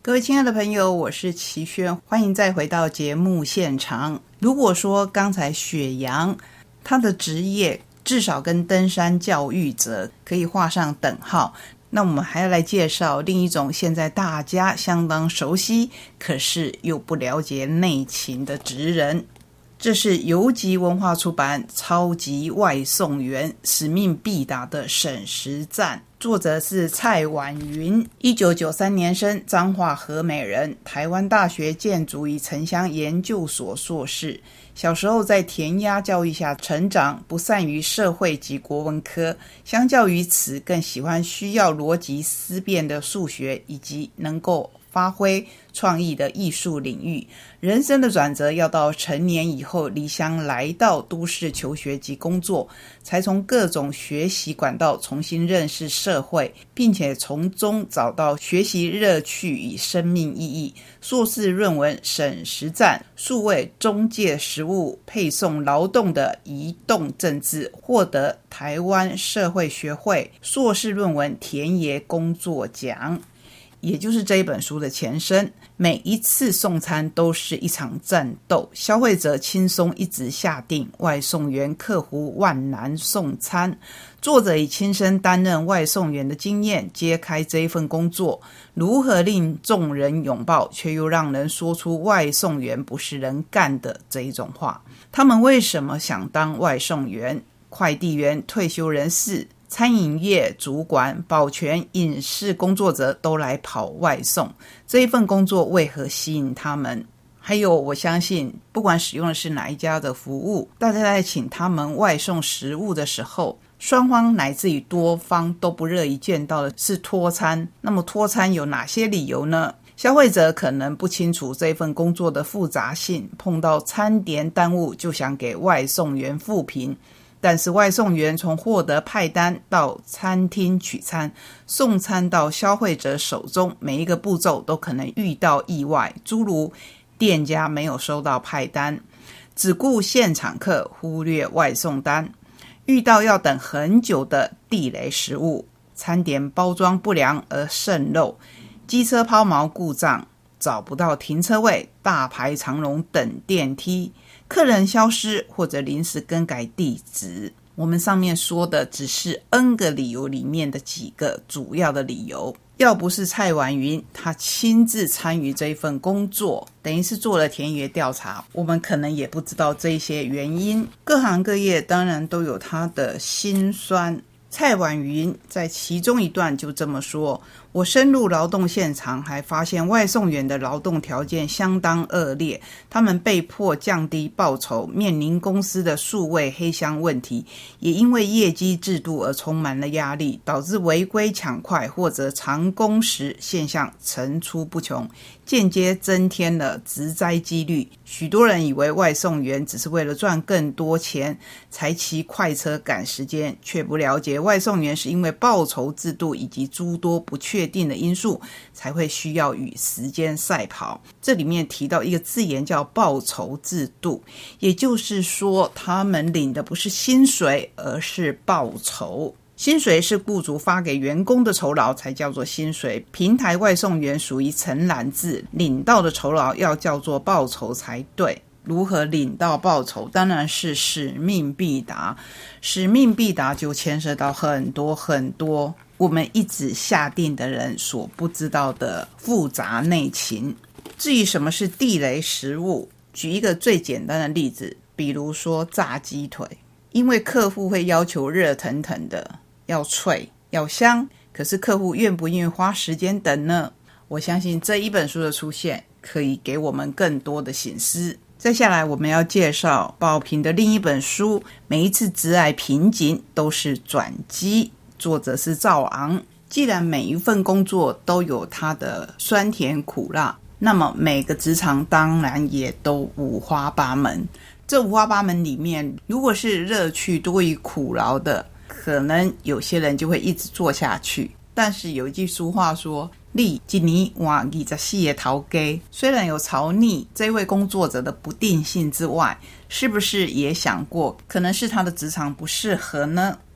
各位亲爱的朋友，我是齐轩，欢迎再回到节目现场。如果说刚才雪阳他的职业至少跟登山教育者可以画上等号，那我们还要来介绍另一种现在大家相当熟悉，可是又不了解内情的职人。这是游集文化出版超级外送员使命必达的沈实赞，作者是蔡婉云，1993年生，彰化和美人，台湾大学建筑与城乡研究所硕士。小时候在填鸭教育下成长，不善于社会及国文科，相较于此更喜欢需要逻辑思辨的数学以及能够发挥创意的艺术领域。人生的转折要到成年以后，离乡来到都市求学及工作，才从各种学习管道重新认识社会，并且从中找到学习乐趣与生命意义。硕士论文沈实赞，数位中介实务配送劳动的移动政治，获得台湾社会学会硕士论文田野工作奖，也就是这一本书的前身。每一次送餐都是一场战斗，消费者轻松一直下定，外送员克服万难送餐。作者以亲身担任外送员的经验揭开这一份工作如何令众人拥抱，却又让人说出外送员不是人干的这一种话。他们为什么想当外送员、快递员、退休人士、餐饮业主管、保全、影视工作者都来跑外送，这一份工作为何吸引他们？还有，我相信不管使用的是哪一家的服务，大家在请他们外送食物的时候，双方乃至于多方都不乐意见到的是拖餐。那么拖餐有哪些理由呢？消费者可能不清楚这份工作的复杂性，碰到餐点耽误就想给外送员负评，但是外送员从获得派单到餐厅取餐，送餐到消费者手中，每一个步骤都可能遇到意外，诸如店家没有收到派单，只顾现场客，忽略外送单，遇到要等很久的地雷食物，餐点包装不良而渗漏，机车抛锚故障，找不到停车位，大排长龙等电梯，客人消失或者临时更改地址。我们上面说的只是 N 个理由里面的几个主要的理由。要不是蔡婉云他亲自参与这一份工作，等于是做了田野调查，我们可能也不知道这些原因。各行各业当然都有他的辛酸。蔡婉云在其中一段就这么说：我深入劳动现场，还发现外送员的劳动条件相当恶劣，他们被迫降低报酬，面临公司的数位黑箱问题，也因为业绩制度而充满了压力，导致违规抢快或者长工时现象层出不穷，间接增添了职灾几率。许多人以为外送员只是为了赚更多钱才骑快车赶时间，却不了解外送员是因为报酬制度以及诸多不确定的因素才会需要与时间赛跑。这里面提到一个字眼叫报酬制度，也就是说他们领的不是薪水而是报酬。薪水是雇主发给员工的酬劳才叫做薪水，平台外送员属于承揽制，领到的酬劳要叫做报酬才对。如何领到报酬？当然是使命必达。使命必达就牵涉到很多很多我们一直下定的人所不知道的复杂内情。至于什么是地雷食物，举一个最简单的例子，比如说炸鸡腿，因为客户会要求热腾腾的，要脆要香，可是客户愿不愿意花时间等呢？我相信这一本书的出现可以给我们更多的省思。再下来我们要介绍宝瓶的另一本书，每一次职涯瓶颈都是转机，作者是赵昂。既然每一份工作都有它的酸甜苦辣，那么每个职场当然也都五花八门。这五花八门里面，如果是乐趣多于苦劳的，可能有些人就会一直做下去。但是有一句俗话说，你一年换24个头家，虽然有曹逆这位工作者的不定性之外，是不是也想过可能是他的职场不适合呢？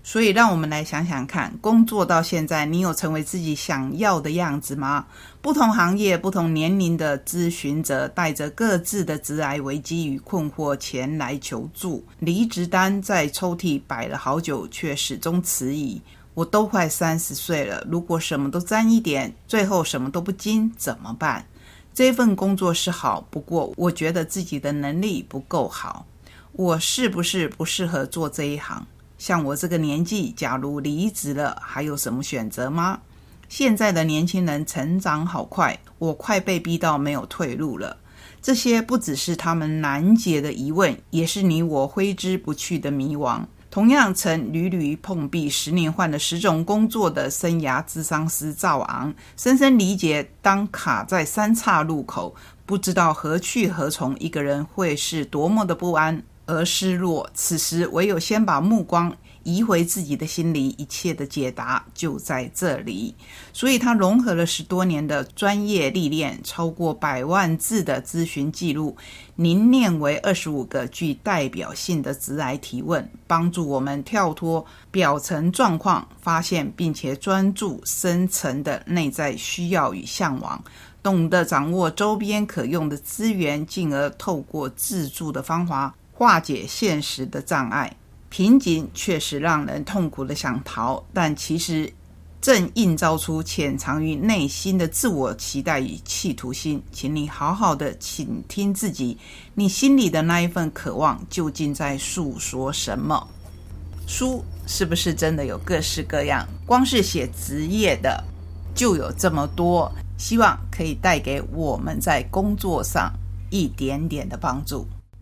所以让我们来想想看，工作到现在，你有成为自己想要的样子吗？不同行业、不同年龄的咨询者带着各自的职涯危机与困惑前来求助。离职单在抽屉摆了好久，却始终迟疑。我都快30岁了，如果什么都沾一点，最后什么都不精，怎么办？这份工作是好，不过我觉得自己的能力不够好。我是不是不适合做这一行？像我这个年纪，假如离职了，还有什么选择吗？现在的年轻人成长好快，我快被逼到没有退路了。这些不只是他们难解的疑问，也是你我挥之不去的迷惘。同样曾屡屡碰壁10年换了10种工作的生涯咨商师赵昂，深深理解当卡在3岔路口，不知道何去何从，一个人会是多么的不安而失落。此时唯有先把目光移回自己的心里，一切的解答就在这里。所以他融合了10多年的专业历练，超过100万字的咨询记录，凝练为25个具代表性的职涯提问，帮助我们跳脱表层状况，发现并且专注深层的内在需要与向往，懂得掌握周边可用的资源，进而透过自助的方法化解现实的障碍。瓶颈确实让人痛苦的想逃，但其实正映照出潜藏于内心的自我期待与企图心。请你好好的倾听自己，你心里的那一份渴望究竟在诉说什么？书是不是真的有各式各样？光是写职业的就有这么多，希望可以带给我们在工作上一点点的帮助。